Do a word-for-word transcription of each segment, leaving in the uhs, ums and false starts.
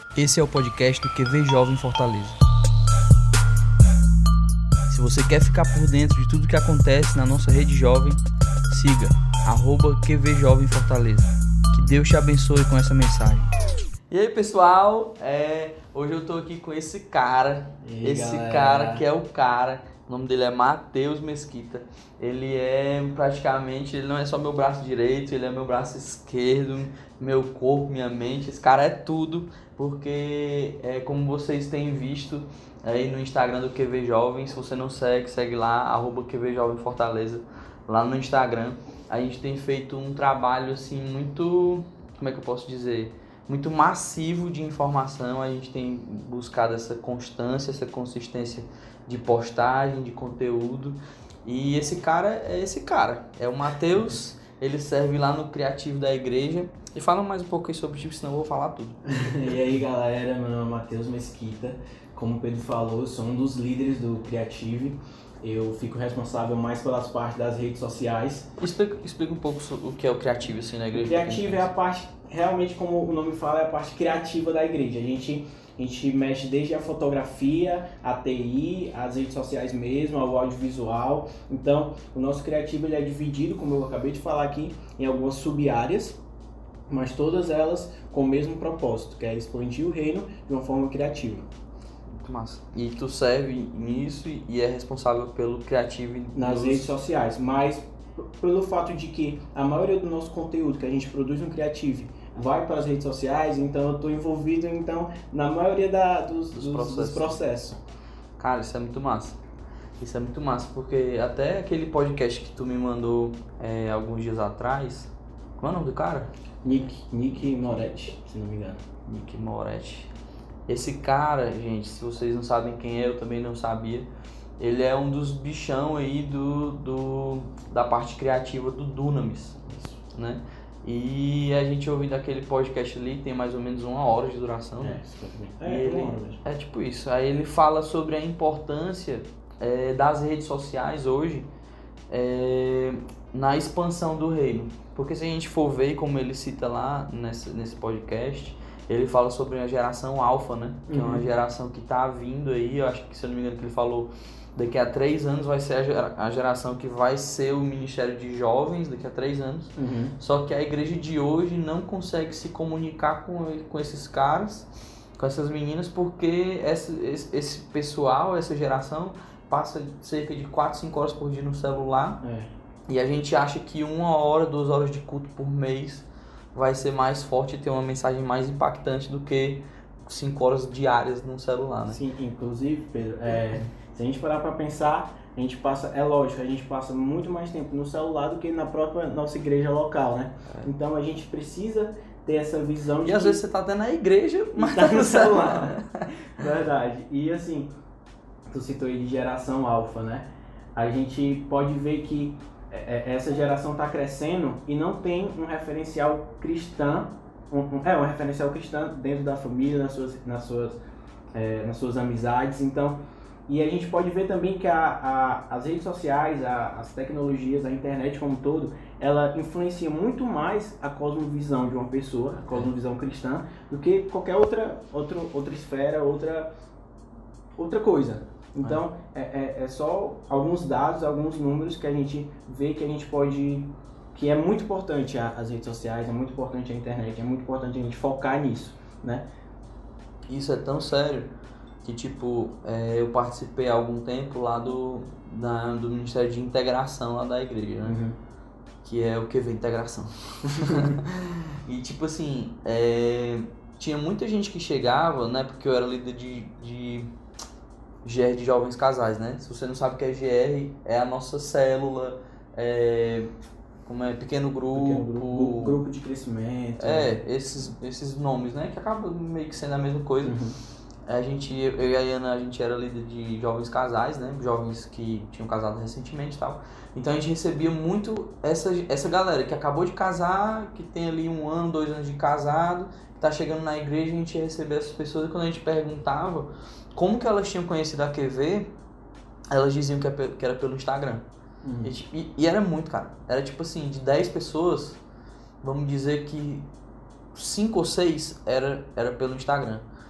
Esse é o podcast do Q V Jovem Fortaleza. Se você quer ficar por dentro de tudo que acontece na nossa rede jovem, siga arroba Q V Jovem Fortaleza. Que Deus te abençoe com essa mensagem. E aí, pessoal, é, hoje eu tô aqui com esse cara, E esse galera. cara que é o cara, o nome dele é Matheus Mesquita. Ele é praticamente, ele não é só meu braço direito, ele é meu braço esquerdo, meu corpo, minha mente. Esse cara é tudo, porque é como vocês têm visto aí no Instagram do Q V Jovem. Se você não segue, segue lá, arroba Q V Jovem Fortaleza, lá no Instagram. A gente tem feito um trabalho assim muito, como é que eu posso dizer, muito massivo de informação. A gente tem buscado essa constância, essa consistência de postagem, de conteúdo. E esse cara é esse cara, é o Matheus. Ele serve lá no Criativo da igreja. E fala mais um pouco aí sobre ti, senão eu vou falar tudo. E aí, galera, meu nome é Matheus Mesquita. Como o Pedro falou, eu sou um dos líderes do Criativo. Eu fico responsável mais pelas partes das redes sociais. Explica, explica um pouco sobre o que é o Criativo assim na igreja. O Criativo é a parte, realmente como o nome fala, é a parte criativa da igreja. A gente, a gente mexe desde a fotografia, a T I, as redes sociais mesmo, ao audiovisual. Então, o nosso Criativo ele é dividido, como eu acabei de falar aqui, em algumas sub-áreas, mas todas elas com o mesmo propósito, que é expandir o reino de uma forma criativa. Muito massa. E tu serve nisso e é responsável pelo Criativo Nas dos... redes sociais, mas p- pelo fato de que a maioria do nosso conteúdo que a gente produz no Criativo vai para as redes sociais, então eu estou envolvido então, na maioria da, dos, Dos dos, processos. dos processos. Cara, isso é muito massa. Isso é muito massa, porque até aquele podcast que tu me mandou é, alguns dias atrás... Qual é o nome do cara? Nick, Nick Moretti, se não me engano. Nick Moretti. Esse cara, gente, se vocês não sabem quem é, eu também não sabia. Ele é um dos bichão aí do, do, da parte criativa do Dunamis, né? E a gente ouvindo aquele podcast ali, tem mais ou menos uma hora de duração, né? É, E é, ele, uma hora mesmo. é tipo isso. Aí ele fala sobre a importância é, das redes sociais hoje é, na expansão do reino. Porque se a gente for ver, como ele cita lá nesse, nesse podcast, ele fala sobre a geração alfa, né? Que Uhum. é uma geração que tá vindo aí. Eu acho que, se eu não me engano, que ele falou, daqui a três anos vai ser a, gera, a geração que vai ser o ministério de jovens, daqui a três anos. Uhum. Só que a igreja de hoje não consegue se comunicar com, com esses caras, com essas meninas, porque esse, esse, esse pessoal, essa geração, passa cerca de quatro, cinco horas por dia no celular. É. E a gente acha que uma hora, duas horas de culto por mês vai ser mais forte e ter uma mensagem mais impactante do que cinco horas diárias no celular, né? Sim, inclusive, Pedro, é, se a gente parar para pensar, a gente passa, é lógico, a gente passa muito mais tempo no celular do que na própria nossa igreja local, né? É. Então a gente precisa ter essa visão de E às que vezes você tá até na igreja, mas tá no celular. Verdade. E assim, tu citou aí de geração alfa, né? A gente pode ver que é, essa geração está crescendo e não tem um referencial cristão, um, um, é um referencial cristão dentro da família, nas suas, nas suas, é, nas suas amizades. Então, e a gente pode ver também que a, a, as redes sociais, a, as tecnologias, a internet como um todo, ela influencia muito mais a cosmovisão de uma pessoa, a cosmovisão cristã, do que qualquer outra, outra, outra esfera, outra, outra coisa. Então, é, é, é só alguns dados, alguns números que a gente vê que a gente pode... que é muito importante a, as redes sociais, é muito importante a internet, é muito importante a gente focar nisso, né? isso é tão sério que, tipo, é, eu participei há algum tempo lá do, da, do Ministério de Integração lá da igreja, né? Uhum. Que é o Q V Integração. E, tipo assim, é, tinha muita gente que chegava, né? Porque eu era líder de... de G R de Jovens Casais, né? Se você não sabe o que é G R, é a nossa célula, é, como é, pequeno grupo, Pequeno grupo, grupo de crescimento. é, né? esses, esses nomes, né? Que acabam meio que sendo a mesma coisa. Uhum. A gente, eu e a Ana, a gente era líder de Jovens Casais, né? Jovens que tinham casado recentemente e tal. Então a gente recebia muito essa, essa galera que acabou de casar, que tem ali um ano, dois anos de casado, que tá chegando na igreja. A gente ia receber essas pessoas, e quando a gente perguntava como que elas tinham conhecido a Q V, elas diziam que era pelo Instagram. Uhum. E, e, e era muito, cara. Era tipo assim, de dez pessoas, vamos dizer que cinco ou seis era, era pelo Instagram.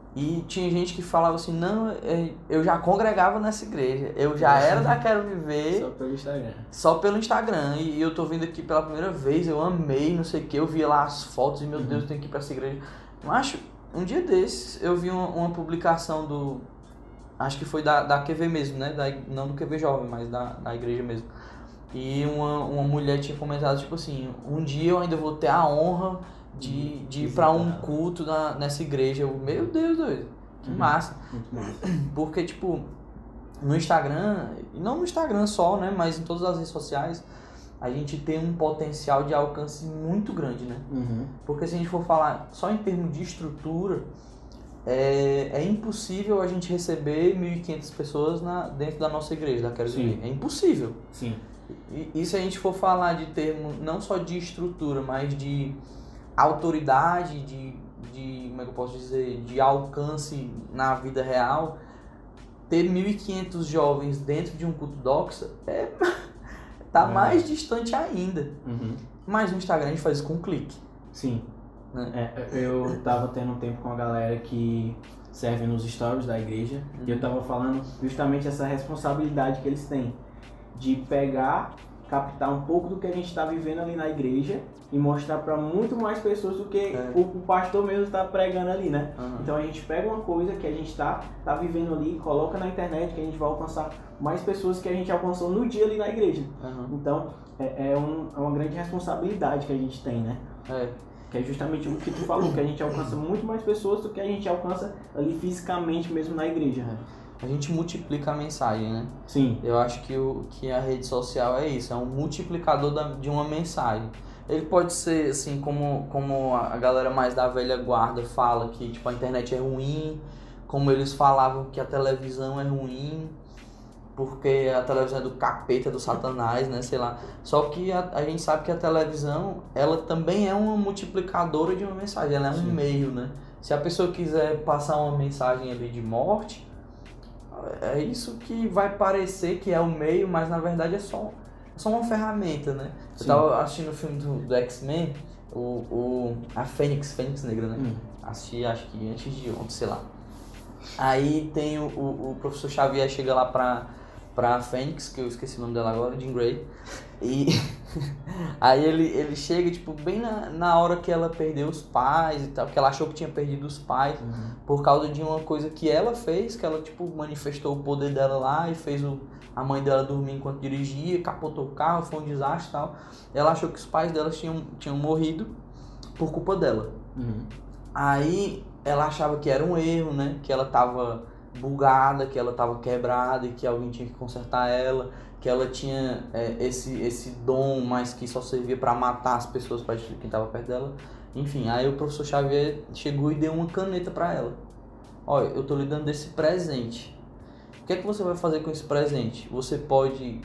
E tinha gente que falava assim, não, eu já congregava nessa igreja, eu já era da Quero Viver. Só pelo Instagram. Só pelo Instagram. E eu tô vindo aqui pela primeira vez, eu amei, não sei o que, eu vi lá as fotos e meu uhum. Deus, eu tenho que ir pra essa igreja. Mas um dia desses eu vi uma, uma publicação do... Acho que foi da, da Q V mesmo, né? Da, não do Q V Jovem, mas da, da igreja mesmo. E uma, uma mulher tinha comentado, tipo assim, um dia eu ainda vou ter a honra de, de ir pra um culto na, nessa igreja. Eu, meu Deus, doido, que uhum. massa. Muito massa. Porque, tipo, no Instagram, e não no Instagram só, né? Mas em todas as redes sociais, a gente tem um potencial de alcance muito grande, né? Uhum. Porque se a gente for falar só em termos de estrutura, é, é impossível a gente receber mil e quinhentas pessoas na, dentro da nossa igreja, da Quero Viver. É impossível. Sim. E, e se a gente for falar de termo não só de estrutura, mas de autoridade, de, de como é que eu posso dizer, de alcance na vida real, ter mil e quinhentos jovens dentro de um culto doxa é, tá é. mais distante ainda. Uhum. Mas no Instagram a gente faz isso com um clique. Sim. Né? É, eu tava tendo um tempo com a galera que serve nos stories da igreja uhum. e eu tava falando justamente essa responsabilidade que eles têm de pegar, captar um pouco do que a gente está vivendo ali na igreja e mostrar para muito mais pessoas do que é. o, o pastor mesmo está pregando ali, né? Uhum. Então a gente pega uma coisa que a gente está tá vivendo ali, coloca na internet, que a gente vai alcançar mais pessoas que a gente alcançou no dia ali na igreja. Uhum. Então é, é, um, é uma grande responsabilidade que a gente tem, né? É. Que é justamente o que tu falou, que a gente alcança muito mais pessoas do que a gente alcança ali fisicamente mesmo na igreja. Né? A gente multiplica a mensagem, né? Sim. Eu acho que, o, que a rede social é isso, é um multiplicador da, de uma mensagem. Ele pode ser, assim, como, como a galera mais da velha guarda fala, que tipo, a internet é ruim, como eles falavam que a televisão é ruim, porque a televisão é do capeta, do satanás, né, sei lá. Só que a, a gente sabe que a televisão, ela também é uma multiplicadora de uma mensagem, ela é um Sim. meio, né? Se a pessoa quiser passar uma mensagem ali de morte, é isso que vai parecer que é o meio, mas na verdade é só, é só uma ferramenta, né? Sim. Eu tava assistindo o filme do, do X-Men, o, o, a Fênix, Fênix Negra, né? Hum. Assisti acho que antes de ontem, sei lá. Aí tem o, o, o professor Xavier chega lá pra, pra Fênix, que eu esqueci o nome dela agora, Jean Grey. E aí ele, ele chega, tipo, bem na, na hora que ela perdeu os pais e tal, que ela achou que tinha perdido os pais uhum. por causa de uma coisa que ela fez, que ela, tipo, manifestou o poder dela lá e fez o, a mãe dela dormir enquanto dirigia, capotou o carro, foi um desastre e tal. Ela achou que os pais dela tinham, tinham morrido por culpa dela. Uhum. Aí ela achava que era um erro, né, que ela tava bugada, que ela tava quebrada e que alguém tinha que consertar ela, que ela tinha é, esse, esse dom, mas que só servia para matar as pessoas, para destruir quem estava perto dela. Enfim, aí o professor Xavier chegou e deu uma caneta para ela. Olha, eu tô lhe dando esse presente. O que é que você vai fazer com esse presente? Você pode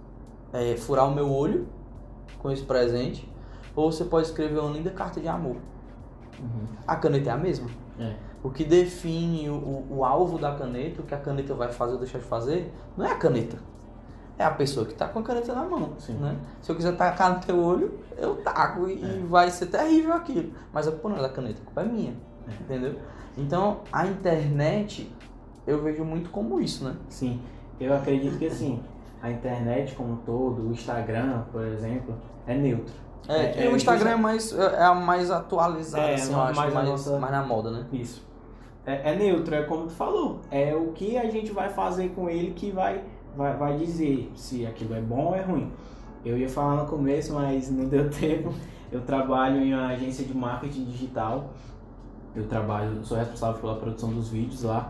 é, furar o meu olho com esse presente, ou você pode escrever uma linda carta de amor. Uhum. A caneta é a mesma. É. O que define o, o, o alvo da caneta, o que a caneta vai fazer ou deixar de fazer, não é a caneta. É a pessoa que tá com a caneta na mão, né? Se eu quiser tacar no teu olho, eu taco e, é. e vai ser terrível aquilo. Mas a culpa não é da caneta, a culpa é minha, é. entendeu? Então, a internet, eu vejo muito como isso, né? Sim, eu acredito que assim, a internet como um todo, o Instagram, por exemplo, é neutro. É, é, é o Instagram é, mais, é a mais atualizada, é, assim, eu acho, mais, mais, nossa... mais na moda, né? Isso. É, é neutro, é como tu falou. É o que a gente vai fazer com ele que vai... Vai, vai dizer se aquilo é bom ou é ruim. Eu ia falar no começo, mas não deu tempo. Eu trabalho em uma agência de marketing digital. Eu trabalho, sou responsável pela produção dos vídeos lá.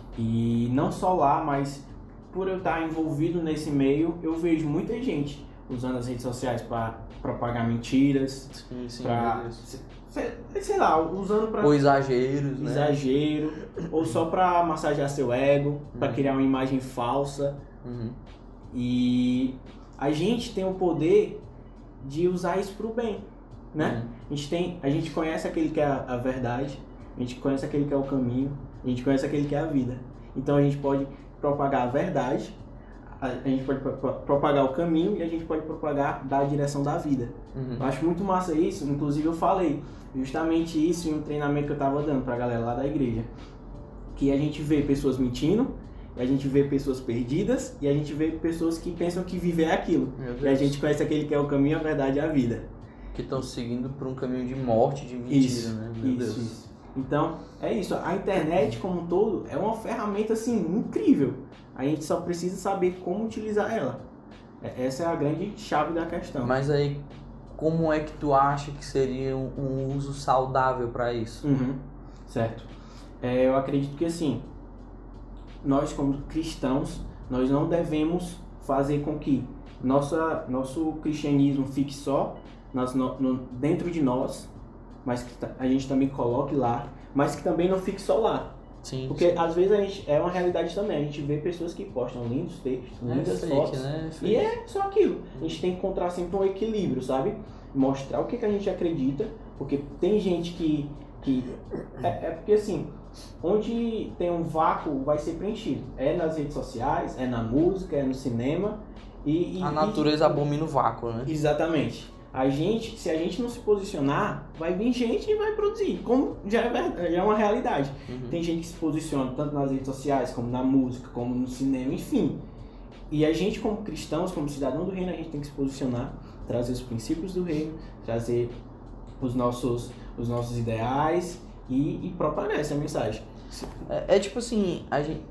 E não só lá, mas por eu estar envolvido nesse meio, eu vejo muita gente usando as redes sociais para propagar mentiras, sim, sim, para sei, sei lá, usando para ou exageros, né? Exagero, ou só para massagear seu ego, uhum. para criar uma imagem falsa. Uhum. E a gente tem o poder de usar isso pro bem, né? Uhum. A gente tem, a gente conhece aquele que é a, a verdade, a gente conhece aquele que é o caminho, a gente conhece aquele que é a vida. Então a gente pode propagar a verdade, a, a gente pode pro, propagar o caminho e a gente pode propagar da direção da vida. Uhum. Eu acho muito massa isso, inclusive eu falei justamente isso em um treinamento que eu tava dando pra galera lá da igreja. que a gente vê pessoas mentindo, a gente vê pessoas perdidas e a gente vê pessoas que pensam que viver é aquilo. E a gente conhece aquele que é o caminho, a verdade e a vida. Que estão seguindo por um caminho de morte, de mentira, Isso, né? Meu isso, Deus. isso. Então, é isso. A internet como um todo é uma ferramenta, assim, incrível. A gente só precisa saber como utilizar ela. Essa é a grande chave da questão. Mas aí, como é que tu acha que seria um, um uso saudável para isso? Uhum, certo. É, eu acredito que, assim, nós como cristãos, nós não devemos fazer com que nossa, nosso cristianismo fique só nas, no, no, dentro de nós, mas que a gente também coloque lá, mas que também não fique só lá. Sim. Porque sim. às vezes a gente, é uma realidade também, a gente vê pessoas que postam lindos textos, lindas é fake, fotos, né? É fake. e é só aquilo. A gente tem que encontrar sempre um equilíbrio, sabe? Mostrar o que, que a gente acredita, porque tem gente que... que é, é porque assim, onde tem um vácuo vai ser preenchido. É nas redes sociais, é na música, é no cinema. E, e A natureza e, abomina o vácuo, né? Exatamente. A gente, se a gente não se posicionar, vai vir gente e vai produzir, como já é, verdade, já é uma realidade. Uhum. Tem gente que se posiciona tanto nas redes sociais, como na música, como no cinema, enfim. E a gente, como cristãos, como cidadão do reino, a gente tem que se posicionar, trazer os princípios do reino, trazer os nossos, os nossos ideais e, e propagar essa mensagem. É, é tipo assim, a gente,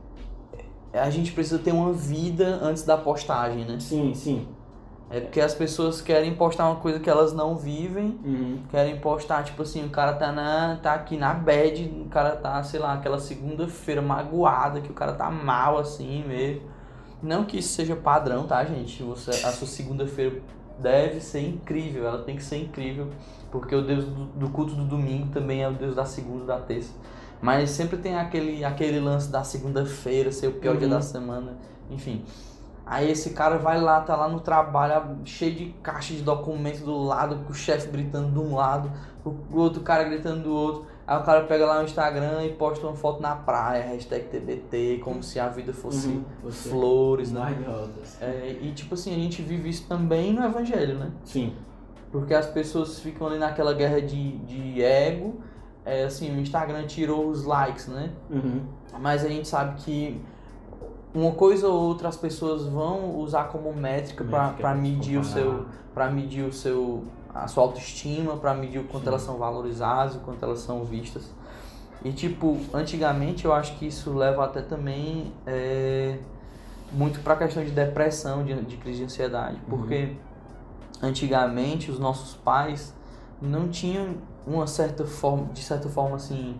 a gente precisa ter uma vida antes da postagem, né? Sim, sim. É porque as pessoas querem postar uma coisa que elas não vivem, Uhum. querem postar, tipo assim, o cara tá, na, tá aqui na bad, o cara tá, sei lá, aquela segunda-feira magoada, que o cara tá mal assim mesmo. Não que isso seja padrão, tá, gente? Você, a sua segunda-feira deve ser incrível, ela tem que ser incrível, porque o Deus do, do culto do domingo também é o Deus da segunda e da terça. Mas sempre tem aquele, aquele lance da segunda-feira ser o pior Uhum. dia da semana, enfim. Aí esse cara vai lá, tá lá no trabalho, cheio de caixa de documentos do lado, com o chefe gritando de um lado, o outro cara gritando do outro. Aí o cara pega lá no Instagram e posta uma foto na praia, hashtag T B T, como se a vida fosse Uhum. Você- flores, né? Mar de rosas. É, e tipo assim, a gente vive isso também no evangelho, né? Sim. Porque as pessoas ficam ali naquela guerra de, de ego, é, assim, o Instagram tirou os likes, né? Uhum. Mas a gente sabe que uma coisa ou outra as pessoas vão usar como métrica para Métrica pra medir o comparar. seu, para medir o seu, a sua autoestima, para medir o quanto Sim. elas são valorizadas, o quanto elas são vistas. E tipo, antigamente eu acho que isso leva até também é, muito para a questão de depressão, de, de crise de ansiedade, porque antigamente os nossos pais não tinham uma certa forma, de certa forma assim,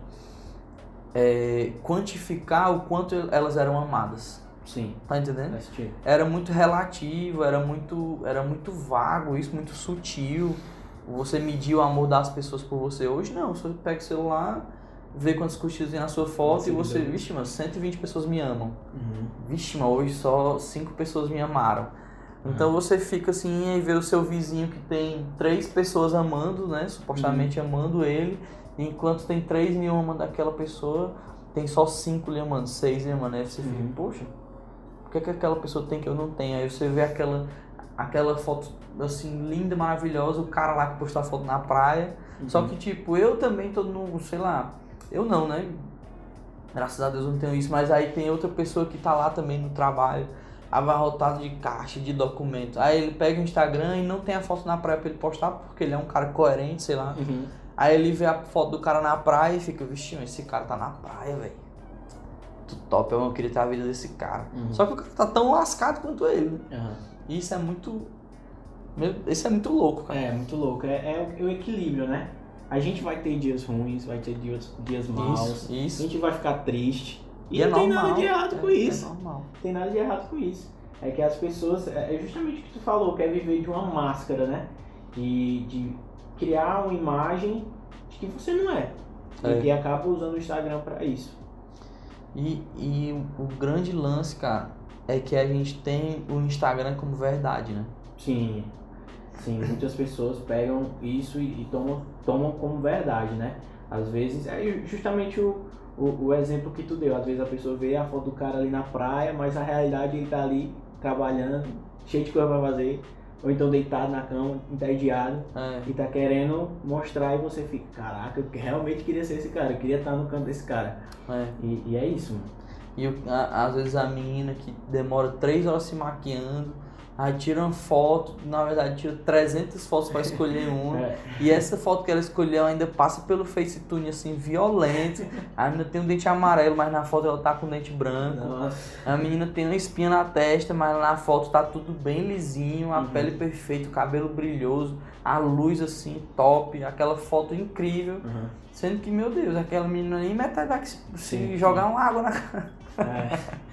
é, quantificar o quanto elas eram amadas. Sim. Tá entendendo? Faz sentido. Era muito relativo, era muito, era muito vago, isso muito sutil. Você medir o amor das pessoas por você. Hoje não, você pega o celular, vê quantos curtidas tem na sua foto e você, Seguidores. vixe, mano, cento e vinte pessoas me amam. Uhum. Vixe, mas hoje só cinco pessoas me amaram. Então Uhum. você fica assim e vê o seu vizinho que tem três pessoas amando, né? Supostamente amando ele. Enquanto tem três mil amando aquela pessoa, tem só cinco lhe amando, seis lhe amando. Aí você fica, Uhum. poxa, por que, que aquela pessoa tem que eu não tenho? Aí você vê aquela, aquela foto assim, linda, maravilhosa, o cara lá que postou a foto na praia. Só que tipo, eu também tô no, sei lá, eu não, né? Graças a Deus eu não tenho isso, mas aí tem outra pessoa que tá lá também no trabalho, abarrotado de caixa, de documentos. Aí ele pega o Instagram e não tem a foto na praia pra ele postar, porque ele é um cara coerente, sei lá. Uhum. Aí ele vê a foto do cara na praia e fica, vixe, esse cara tá na praia, velho. Muito top, eu queria ter a vida desse cara. Uhum. Só que o cara tá tão lascado quanto ele, né? Uhum. E isso é muito... meu, isso é muito louco, cara. É, muito louco. É, é o- o equilíbrio, né? A gente vai ter dias ruins, vai ter dias, dias maus. Isso, A isso. gente vai ficar triste. E, E é não tem normal. nada de errado com é, isso. É normal. Não tem nada de errado com isso. É que as pessoas, é é justamente o que tu falou, quer viver de uma máscara, né? De, de criar uma imagem de que você não é. É. E acaba usando o Instagram pra isso. E, e o, o grande lance, cara, é que a gente tem o Instagram como verdade, né? Sim, sim, muitas pessoas pegam isso e, e tomam, tomam como verdade, né? Às vezes, é justamente o, o, o exemplo que tu deu, às vezes a pessoa vê a foto do cara ali na praia, mas a realidade ele tá ali trabalhando, cheio de coisa pra fazer, ou então deitado na cama, entediado, É. e tá querendo mostrar e você fica, caraca, eu realmente queria ser esse cara, eu queria estar no canto desse cara. É. E, e é isso, mano. E o- a- às vezes a menina que demora três horas se maquiando, aí tira uma foto, na verdade tira trezentas fotos para escolher uma, É. e essa foto que ela escolheu ainda passa pelo FaceTune assim, violento. A menina tem um dente amarelo, mas na foto ela tá com dente branco. Nossa. A menina tem uma espinha na testa, mas na foto tá tudo bem lisinho, a Uhum. pele perfeita, o cabelo brilhoso, a luz assim, top, aquela foto incrível. Uhum. Sendo que, meu Deus, aquela menina nem metade vai se, se Sim, jogar sim. uma água na cara. É.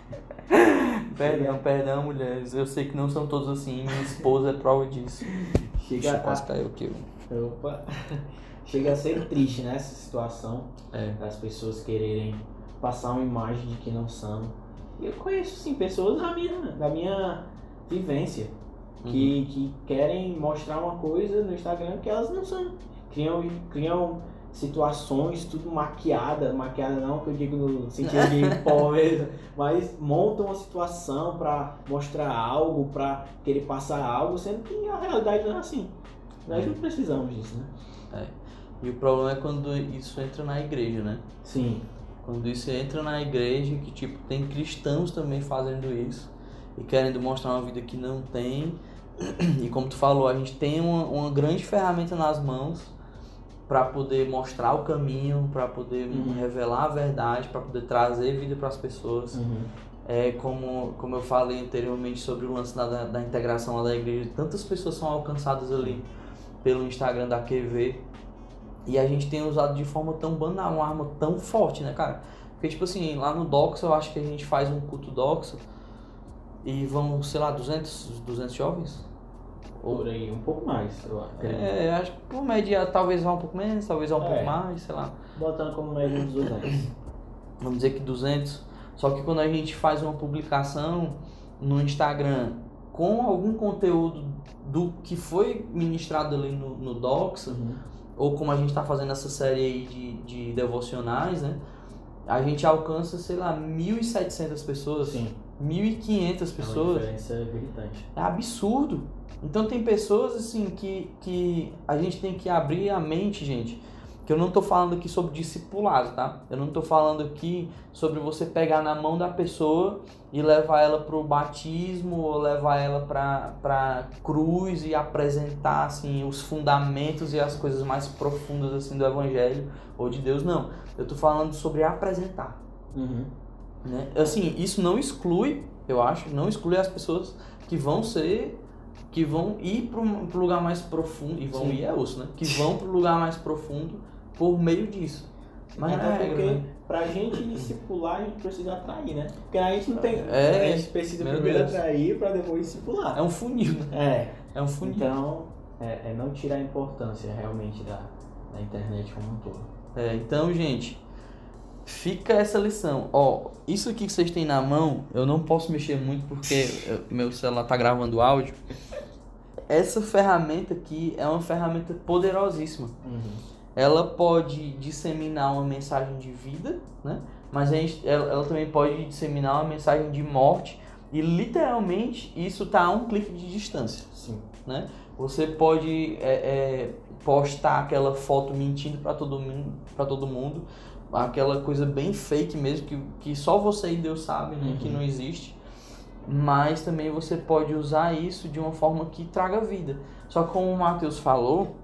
Perdão, perdão, mulheres. Eu sei que não são todos assim. Minha esposa é prova disso. Chega Deixa eu a, quase caiu aqui. opa. Chega a ser triste, né, essa situação É. das pessoas quererem passar uma imagem de que não são. E eu conheço, sim, pessoas da minha, da minha vivência que, que querem mostrar uma coisa no Instagram que elas não são. Criam, criam situações, tudo maquiada, maquiada não que eu digo no sentido de pó mesmo, mas montam uma situação pra mostrar algo, pra querer passar algo, sendo que a realidade não é assim. Nós não precisamos disso, né? E o problema é quando isso entra na igreja, né? Sim. Quando isso entra na igreja, que tipo, tem cristãos também fazendo isso e querendo mostrar uma vida que não tem. E como tu falou, a gente tem uma, uma grande ferramenta nas mãos para poder mostrar o caminho, para poder Uhum. revelar a verdade, para poder trazer vida para as pessoas. Uhum. É como, como eu falei anteriormente sobre o lance da, da integração lá da igreja, tantas pessoas são alcançadas ali pelo Instagram da Q V e a gente tem usado de forma tão banal, uma arma tão forte, né, cara? Porque, tipo assim, lá no Doxa eu acho que a gente faz um culto Doxa e vão, sei lá, duzentos, duzentos jovens? Ou, Por aí, um pouco mais, eu acredito. é, acho que por média talvez vá um pouco menos, talvez vá um É. pouco mais, sei lá. Botando como média uns duzentos. Vamos dizer que duzentos. Só que quando a gente faz uma publicação no Instagram com algum conteúdo do que foi ministrado ali no, no Doxa, Uhum. ou como a gente está fazendo essa série aí de, de devocionais, né? A gente alcança, sei lá, mil e setecentas pessoas, Sim, mil e quinhentas é uma pessoas. diferença gritante. É absurdo. Então tem pessoas assim que, que a gente tem que abrir a mente, gente. Que eu não tô falando aqui sobre discipulado, tá? Eu não tô falando aqui sobre você pegar na mão da pessoa e levar ela pro batismo ou levar ela pra, pra cruz e apresentar assim os fundamentos e as coisas mais profundas assim do evangelho ou de Deus, não. Eu tô falando sobre apresentar, Uhum. né? Assim, isso não exclui, eu acho, não exclui as pessoas que vão ser, que vão ir para um lugar mais profundo, e vão Sim. ir é osso, né? Que vão para o lugar mais profundo por meio disso. Mas não é Até regra, porque né? pra gente discipular a gente precisa atrair, né? Porque a gente não tem. É, a gente precisa meu primeiro Deus. atrair pra depois discipular. É um funil, né? É. É um funil. Então, é, é não tirar a importância realmente da, da internet como um todo. É, então, gente, fica essa lição. Ó, isso aqui que vocês têm na mão, eu não posso mexer muito porque eu- meu celular tá gravando áudio. Essa ferramenta aqui é uma ferramenta poderosíssima. Ela pode disseminar uma mensagem de vida, né? Mas a gente, ela, ela também pode disseminar uma mensagem de morte. E literalmente isso está a um clique de distância, Sim. né? Você pode é, é, postar aquela foto mentindo para todo mundo, para todo mundo, aquela coisa bem fake mesmo que, que só você e Deus sabem, né? Uhum. Que não existe. Mas também você pode usar isso de uma forma que traga vida. Só que como o Matheus falou,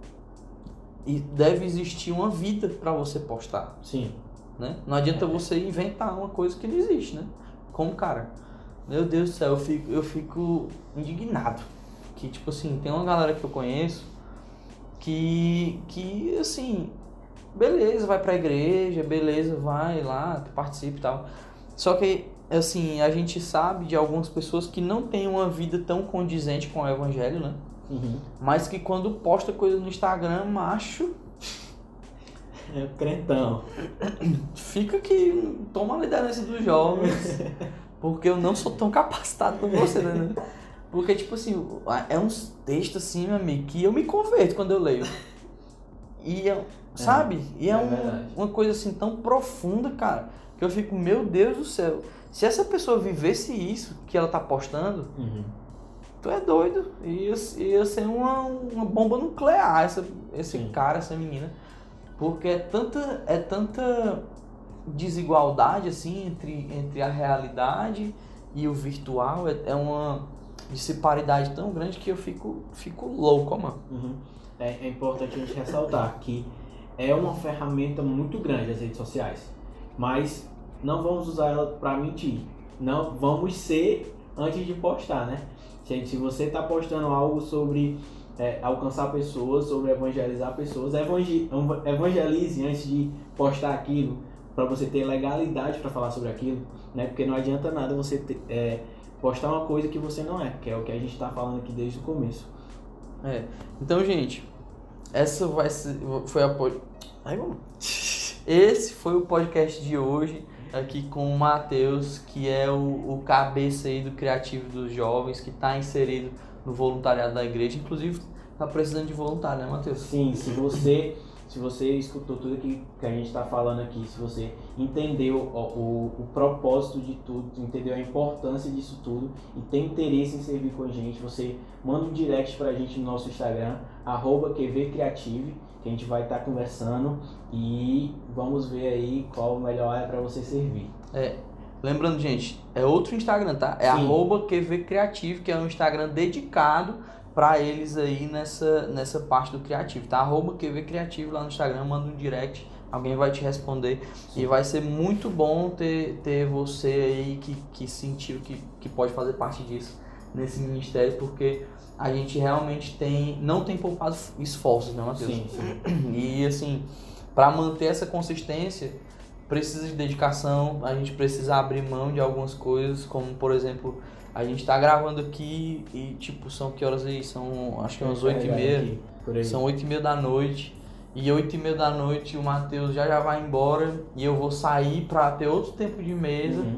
e deve existir uma vida para você postar, Sim. né? Não adianta É. você inventar uma coisa que não existe, né? Como, cara, meu Deus do céu, eu fico, eu fico indignado. Que, tipo assim, tem uma galera que eu conheço que, que assim, beleza, vai pra igreja, beleza, vai lá, participa e tal. Só que, assim, a gente sabe de algumas pessoas que não têm uma vida tão condizente com o evangelho, né? Uhum. Mas que quando posta coisa no Instagram, macho, É o crentão. fica que toma a liderança dos jovens, porque eu não sou tão capacitado como você, né? Porque, tipo assim, é uns textos assim, meu amigo, que eu me converto quando eu leio. E, é, sabe? E é, é um- verdade. uma coisa assim tão profunda, cara, que eu fico, meu Deus do céu, se essa pessoa vivesse isso que ela tá postando, Uhum. tu é doido. Ia, ia ser uma, uma bomba nuclear essa, esse Sim. cara, essa menina. Porque é tanta, é tanta desigualdade assim entre, entre a realidade e o virtual. É, é uma disparidade tão grande que eu fico, fico louco, mano. Uhum. É, é importante a gente ressaltar que é uma ferramenta muito grande as redes sociais, mas não vamos usar ela para mentir. Não vamos ser antes de postar, né? Gente, se você está postando algo sobre é, alcançar pessoas, sobre evangelizar pessoas, evangel- evangelize antes de postar aquilo, para você ter legalidade para falar sobre aquilo, né? Porque não adianta nada você ter, é, postar uma coisa que você não é, que é o que a gente está falando aqui desde o começo. É. Então, gente, essa vai ser, foi a pod... Ai, vamos. Esse foi o podcast de hoje, aqui com o Matheus, que é o, o cabeça aí do Criativo dos Jovens, que está inserido no voluntariado da igreja. Inclusive, tá precisando de voluntário, né, Matheus? Sim, se você, se você escutou tudo que, que a gente está falando aqui, se você entendeu o, o, o propósito de tudo, entendeu a importância disso tudo e tem interesse em servir com a gente, você manda um direct pra gente no nosso Instagram, arroba Q V Creative, que a gente vai estar tá conversando e vamos ver aí qual melhor é para você servir. É, lembrando, gente, é outro Instagram, tá? É arroba Q V Creative, que é um Instagram dedicado para eles aí nessa, nessa parte do criativo, tá? Arroba Q V Creativo lá no Instagram, manda um direct, alguém vai te responder. Sim. E vai ser muito bom ter, ter você aí que, que sentiu que, que pode fazer parte disso nesse ministério, porque a gente realmente tem, não tem poupado esforços, né, Matheus? Sim, sim. E assim, para manter essa consistência, precisa de dedicação, a gente precisa abrir mão de algumas coisas, como por exemplo, a gente tá gravando aqui e tipo, são que horas aí? São acho que umas oito e meia, são oito e meia da noite, e oito e meia da noite o Matheus já já vai embora e eu vou sair pra ter outro tempo de mesa. Uhum.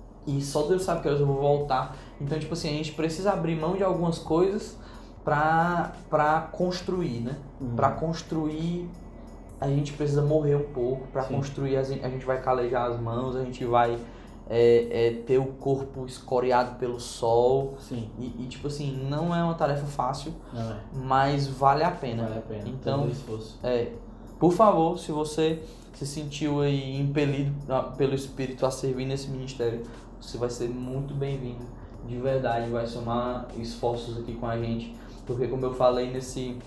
E só Deus sabe que horas eu vou voltar. Então, tipo assim, a gente precisa abrir mão de algumas coisas pra, pra construir, né? Uhum. Pra construir, a gente precisa morrer um pouco. Pra Sim. construir, a gente vai calejar as mãos, a gente vai é, é, ter o corpo escoriado pelo sol. Sim. E, e, tipo assim, não é uma tarefa fácil, não é. mas vale a pena. Vale a pena. Então, é, por favor, se você se sentiu aí impelido pelo Espírito a servir nesse ministério, você vai ser muito bem-vindo, de verdade, vai somar esforços aqui com a gente, porque como eu falei nesse,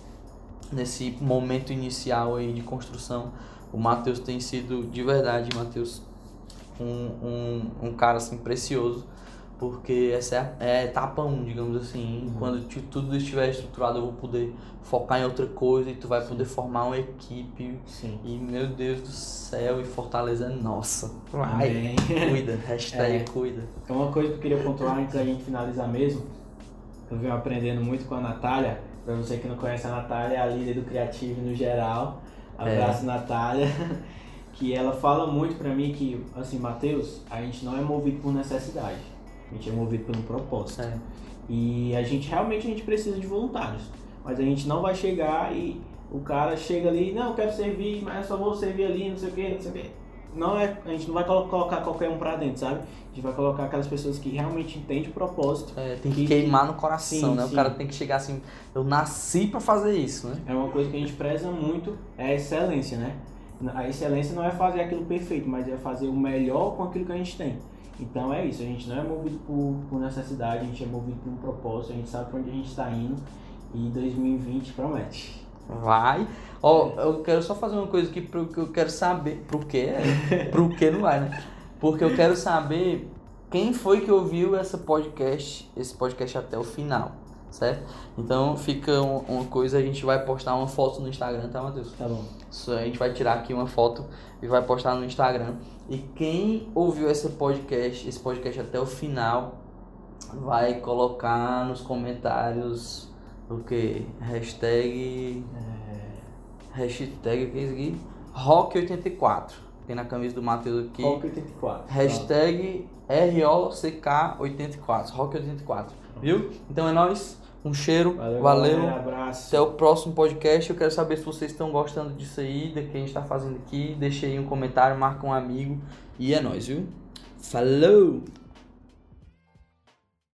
nesse momento inicial aí de construção, o Matheus tem sido, de verdade, Matheus, um, um, um cara assim precioso, porque essa é, é a etapa um, digamos assim, uhum. Quando tu, tudo estiver estruturado eu vou poder focar em outra coisa e tu vai Sim. poder formar uma equipe. Sim. E meu Deus do céu, e Fortaleza é nossa. Vai, cuida, hashtag é, cuida. É uma coisa que eu queria pontuar antes da gente finalizar mesmo, eu venho aprendendo muito com a Natália, pra você que não conhece a Natália, é a líder do Criativo no geral, abraço é. Natália, que ela fala muito pra mim que, assim, Matheus, a gente não é movido por necessidade. A gente é movido pelo propósito. É. E a gente realmente a gente precisa de voluntários. Mas a gente não vai chegar e o cara chega ali, não, eu quero servir, mas eu só vou servir ali, não sei o que, não sei o que. Não é, a gente não vai colocar qualquer um pra dentro, sabe? A gente vai colocar aquelas pessoas que realmente entendem o propósito. É, tem que, que queimar no coração, sim, né? Sim. O cara tem que chegar assim, eu nasci pra fazer isso, né? É uma coisa que a gente preza muito, é a excelência, né? A excelência não é fazer aquilo perfeito, mas é fazer o melhor com aquilo que a gente tem. Então é isso, a gente não é movido por, por necessidade, a gente é movido por um propósito, a gente sabe para onde a gente está indo e dois mil e vinte promete. Vai! Ó, oh, eu quero só fazer uma coisa aqui porque eu quero saber. Por quê? Por que não vai, né? Porque eu quero saber quem foi que ouviu essa podcast, esse podcast até o final, certo? Então fica uma coisa, a gente vai postar uma foto no Instagram, tá, Matheus? Tá bom. A gente vai tirar aqui uma foto e vai postar no Instagram. E quem ouviu esse podcast, esse podcast até o final, vai colocar nos comentários o que? Hashtag... É... Hashtag, o que é isso aqui? Rock oitenta e quatro. Tem na camisa do Matheus aqui. Rock oitenta e quatro. Hashtag R O C K oitenta e quatro. Rock oitenta e quatro. Viu? Então é nóis. Um cheiro, valeu, valeu. Galera, abraço. Até o próximo podcast. Eu quero saber se vocês estão gostando disso aí, do que a gente tá fazendo aqui. Deixa aí um comentário, marca um amigo. E é nóis, viu? Falou!